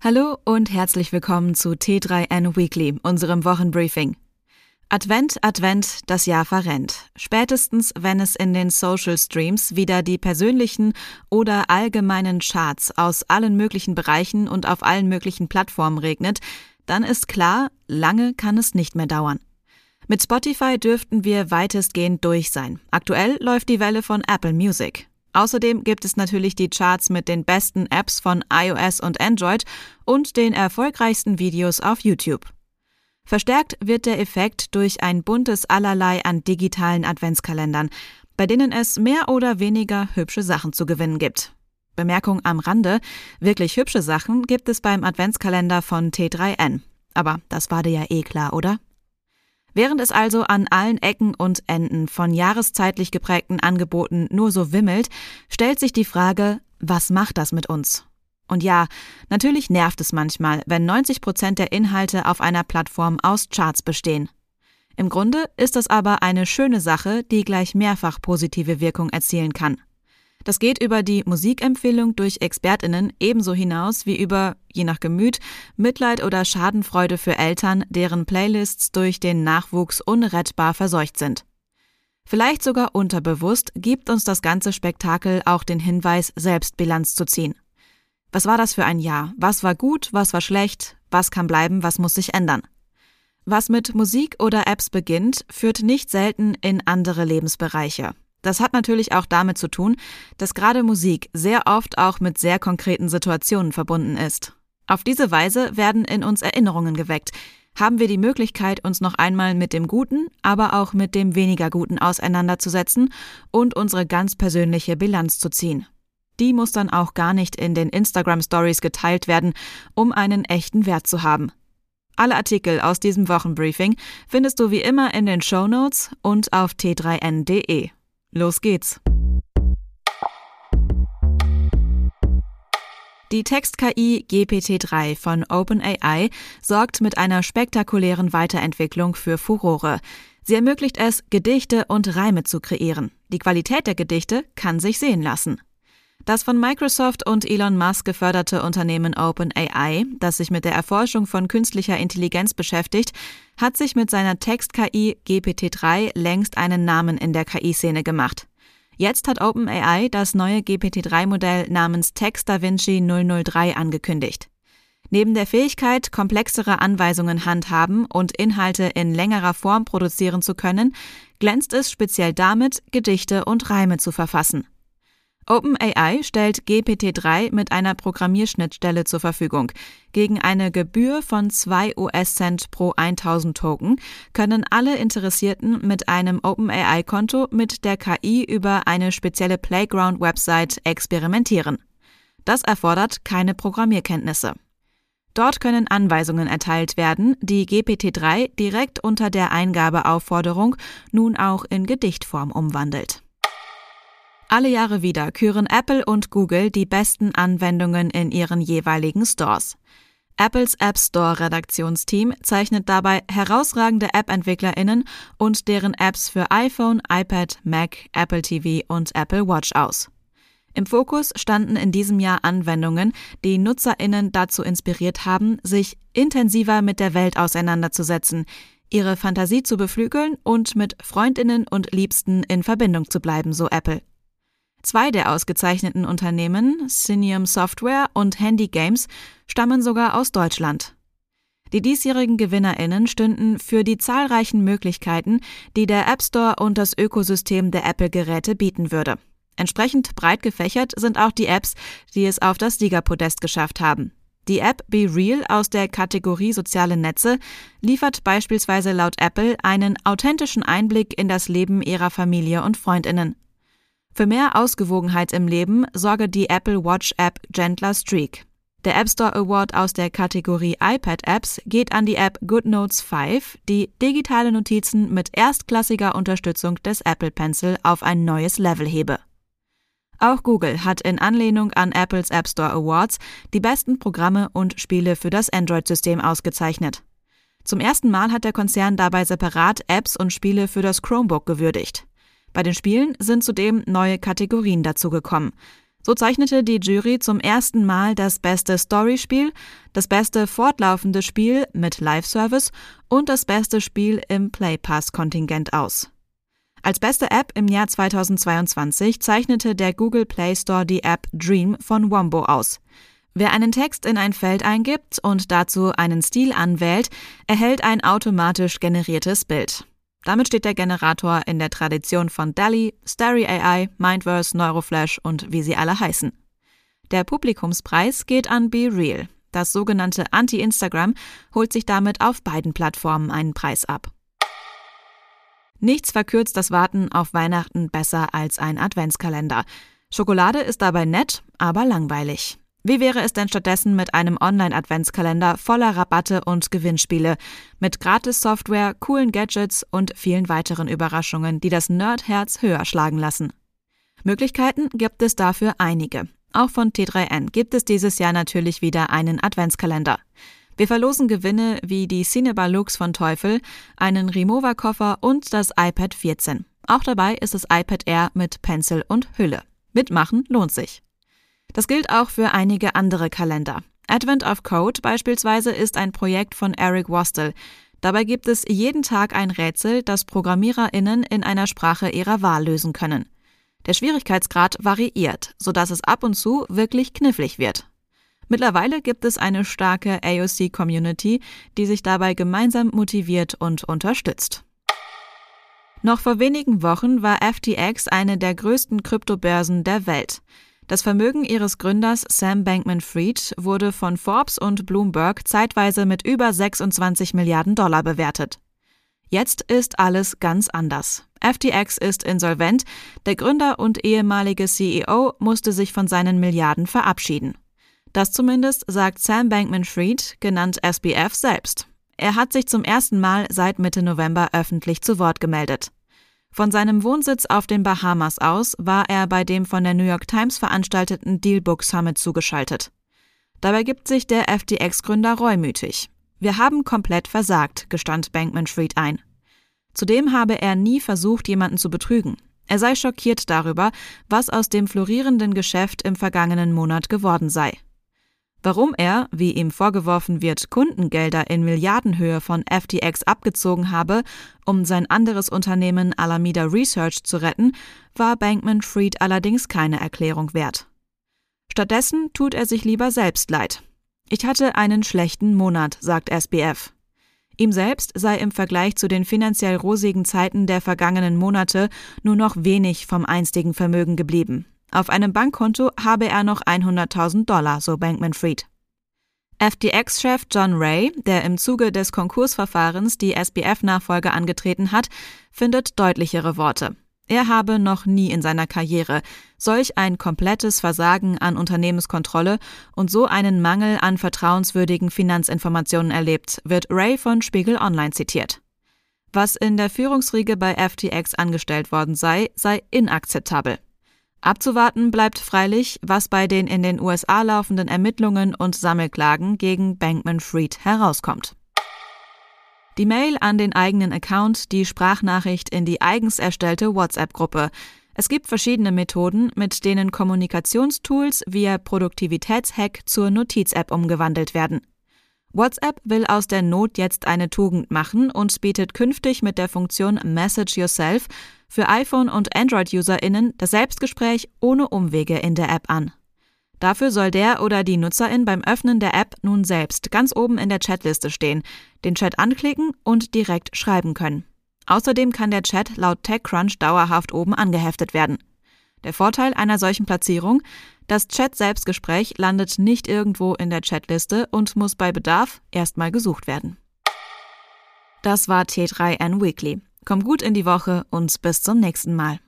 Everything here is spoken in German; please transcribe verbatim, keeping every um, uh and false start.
Hallo und herzlich willkommen zu T drei N Weekly, unserem Wochenbriefing. Advent, Advent, das Jahr verrennt. Spätestens, wenn es in den Social Streams wieder die persönlichen oder allgemeinen Charts aus allen möglichen Bereichen und auf allen möglichen Plattformen regnet, dann ist klar, lange kann es nicht mehr dauern. Mit Spotify dürften wir weitestgehend durch sein. Aktuell läuft die Welle von Apple Music. Außerdem gibt es natürlich die Charts mit den besten Apps von iOS und Android und den erfolgreichsten Videos auf YouTube. Verstärkt wird der Effekt durch ein buntes Allerlei an digitalen Adventskalendern, bei denen es mehr oder weniger hübsche Sachen zu gewinnen gibt. Bemerkung am Rande, wirklich hübsche Sachen gibt es beim Adventskalender von T drei N. Aber das war dir ja eh klar, oder? Während es also an allen Ecken und Enden von jahreszeitlich geprägten Angeboten nur so wimmelt, stellt sich die Frage, was macht das mit uns? Und ja, natürlich nervt es manchmal, wenn neunzig Prozent der Inhalte auf einer Plattform aus Charts bestehen. Im Grunde ist das aber eine schöne Sache, die gleich mehrfach positive Wirkung erzielen kann. Das geht über die Musikempfehlung durch ExpertInnen ebenso hinaus wie über, je nach Gemüt, Mitleid oder Schadenfreude für Eltern, deren Playlists durch den Nachwuchs unrettbar verseucht sind. Vielleicht sogar unterbewusst gibt uns das ganze Spektakel auch den Hinweis, selbst Bilanz zu ziehen. Was war das für ein Jahr? Was war gut? Was war schlecht? Was kann bleiben? Was muss sich ändern? Was mit Musik oder Apps beginnt, führt nicht selten in andere Lebensbereiche. Das hat natürlich auch damit zu tun, dass gerade Musik sehr oft auch mit sehr konkreten Situationen verbunden ist. Auf diese Weise werden in uns Erinnerungen geweckt. Haben wir die Möglichkeit, uns noch einmal mit dem Guten, aber auch mit dem weniger Guten auseinanderzusetzen und unsere ganz persönliche Bilanz zu ziehen. Die muss dann auch gar nicht in den Instagram-Stories geteilt werden, um einen echten Wert zu haben. Alle Artikel aus diesem Wochenbriefing findest du wie immer in den Shownotes und auf t drei n punkt de. Los geht's! Die Text-K I G P T drei von OpenAI sorgt mit einer spektakulären Weiterentwicklung für Furore. Sie ermöglicht es, Gedichte und Reime zu kreieren. Die Qualität der Gedichte kann sich sehen lassen. Das von Microsoft und Elon Musk geförderte Unternehmen OpenAI, das sich mit der Erforschung von künstlicher Intelligenz beschäftigt, hat sich mit seiner Text-K I G P T drei längst einen Namen in der K I-Szene gemacht. Jetzt hat OpenAI das neue G P T drei Modell namens Text DaVinci null null drei angekündigt. Neben der Fähigkeit, komplexere Anweisungen handhaben und Inhalte in längerer Form produzieren zu können, glänzt es speziell damit, Gedichte und Reime zu verfassen. OpenAI stellt G P T drei mit einer Programmierschnittstelle zur Verfügung. Gegen eine Gebühr von zwei US-Cent pro tausend Token können alle Interessierten mit einem OpenAI-Konto mit der K I über eine spezielle Playground-Website experimentieren. Das erfordert keine Programmierkenntnisse. Dort können Anweisungen erteilt werden, die G P T drei direkt unter der Eingabeaufforderung nun auch in Gedichtform umwandelt. Alle Jahre wieder küren Apple und Google die besten Anwendungen in ihren jeweiligen Stores. Apples App Store Redaktionsteam zeichnet dabei herausragende App-EntwicklerInnen und deren Apps für iPhone, iPad, Mac, Apple T V und Apple Watch aus. Im Fokus standen in diesem Jahr Anwendungen, die NutzerInnen dazu inspiriert haben, sich intensiver mit der Welt auseinanderzusetzen, ihre Fantasie zu beflügeln und mit FreundInnen und Liebsten in Verbindung zu bleiben, so Apple. Zwei der ausgezeichneten Unternehmen, Synium Software und Handy Games, stammen sogar aus Deutschland. Die diesjährigen GewinnerInnen stünden für die zahlreichen Möglichkeiten, die der App Store und das Ökosystem der Apple-Geräte bieten würde. Entsprechend breit gefächert sind auch die Apps, die es auf das Siegerpodest geschafft haben. Die App BeReal aus der Kategorie Soziale Netze liefert beispielsweise laut Apple einen authentischen Einblick in das Leben ihrer Familie und FreundInnen. Für mehr Ausgewogenheit im Leben sorge die Apple Watch-App Gentler Streak. Der App Store Award aus der Kategorie iPad-Apps geht an die App GoodNotes fünf, die digitale Notizen mit erstklassiger Unterstützung des Apple Pencil auf ein neues Level hebe. Auch Google hat in Anlehnung an Apples App Store Awards die besten Programme und Spiele für das Android-System ausgezeichnet. Zum ersten Mal hat der Konzern dabei separat Apps und Spiele für das Chromebook gewürdigt. Bei den Spielen sind zudem neue Kategorien dazugekommen. So zeichnete die Jury zum ersten Mal das beste Storyspiel, das beste fortlaufende Spiel mit Live-Service und das beste Spiel im Play Pass-Kontingent aus. Als beste App im Jahr zweitausendzweiundzwanzig zeichnete der Google Play Store die App Dream von Wombo aus. Wer einen Text in ein Feld eingibt und dazu einen Stil anwählt, erhält ein automatisch generiertes Bild. Damit steht der Generator in der Tradition von DALL-E, Starry A I, Mindverse, Neuroflash und wie sie alle heißen. Der Publikumspreis geht an BeReal. Das sogenannte Anti-Instagram holt sich damit auf beiden Plattformen einen Preis ab. Nichts verkürzt das Warten auf Weihnachten besser als ein Adventskalender. Schokolade ist dabei nett, aber langweilig. Wie wäre es denn stattdessen mit einem Online-Adventskalender voller Rabatte und Gewinnspiele, mit Gratis-Software, coolen Gadgets und vielen weiteren Überraschungen, die das Nerdherz höher schlagen lassen? Möglichkeiten gibt es dafür einige. Auch von T drei N gibt es dieses Jahr natürlich wieder einen Adventskalender. Wir verlosen Gewinne wie die Cinebar Lux von Teufel, einen Rimowa-Koffer und das iPad vierzehn. Auch dabei ist das iPad Air mit Pencil und Hülle. Mitmachen lohnt sich. Das gilt auch für einige andere Kalender. Advent of Code beispielsweise ist ein Projekt von Eric Wastel. Dabei gibt es jeden Tag ein Rätsel, das ProgrammiererInnen in einer Sprache ihrer Wahl lösen können. Der Schwierigkeitsgrad variiert, sodass es ab und zu wirklich knifflig wird. Mittlerweile gibt es eine starke A O C-Community, die sich dabei gemeinsam motiviert und unterstützt. Noch vor wenigen Wochen war F T X eine der größten Kryptobörsen der Welt. Das Vermögen ihres Gründers Sam Bankman-Fried wurde von Forbes und Bloomberg zeitweise mit über sechsundzwanzig Milliarden Dollar bewertet. Jetzt ist alles ganz anders. F T X ist insolvent, der Gründer und ehemalige C E O musste sich von seinen Milliarden verabschieden. Das zumindest sagt Sam Bankman-Fried, genannt S B F, selbst. Er hat sich zum ersten Mal seit Mitte November öffentlich zu Wort gemeldet. Von seinem Wohnsitz auf den Bahamas aus war er bei dem von der New York Times veranstalteten Dealbook Summit zugeschaltet. Dabei gibt sich der F T X-Gründer reumütig. Wir haben komplett versagt, gestand Bankman-Fried ein. Zudem habe er nie versucht, jemanden zu betrügen. Er sei schockiert darüber, was aus dem florierenden Geschäft im vergangenen Monat geworden sei. Warum er, wie ihm vorgeworfen wird, Kundengelder in Milliardenhöhe von F T X abgezogen habe, um sein anderes Unternehmen Alameda Research zu retten, war Bankman-Fried allerdings keine Erklärung wert. Stattdessen tut er sich lieber selbst leid. Ich hatte einen schlechten Monat, sagt S B F. Ihm selbst sei im Vergleich zu den finanziell rosigen Zeiten der vergangenen Monate nur noch wenig vom einstigen Vermögen geblieben. Auf einem Bankkonto habe er noch hunderttausend Dollar, so Bankman-Fried. F T X-Chef John Ray, der im Zuge des Konkursverfahrens die S B F-Nachfolge angetreten hat, findet deutlichere Worte. Er habe noch nie in seiner Karriere solch ein komplettes Versagen an Unternehmenskontrolle und so einen Mangel an vertrauenswürdigen Finanzinformationen erlebt, wird Ray von Spiegel Online zitiert. Was in der Führungsriege bei F T X angestellt worden sei, sei inakzeptabel. Abzuwarten bleibt freilich, was bei den in den U S A laufenden Ermittlungen und Sammelklagen gegen Bankman-Fried herauskommt. Die Mail an den eigenen Account, die Sprachnachricht in die eigens erstellte WhatsApp-Gruppe. Es gibt verschiedene Methoden, mit denen Kommunikationstools via Produktivitätshack zur Notiz-App umgewandelt werden. WhatsApp will aus der Not jetzt eine Tugend machen und bietet künftig mit der Funktion Message Yourself für iPhone- und Android-UserInnen das Selbstgespräch ohne Umwege in der App an. Dafür soll der oder die Nutzerin beim Öffnen der App nun selbst ganz oben in der Chatliste stehen, den Chat anklicken und direkt schreiben können. Außerdem kann der Chat laut TechCrunch dauerhaft oben angeheftet werden. Der Vorteil einer solchen Platzierung: Das Chat-Selbstgespräch landet nicht irgendwo in der Chatliste und muss bei Bedarf erstmal gesucht werden. Das war T drei N Weekly. Komm gut in die Woche und bis zum nächsten Mal.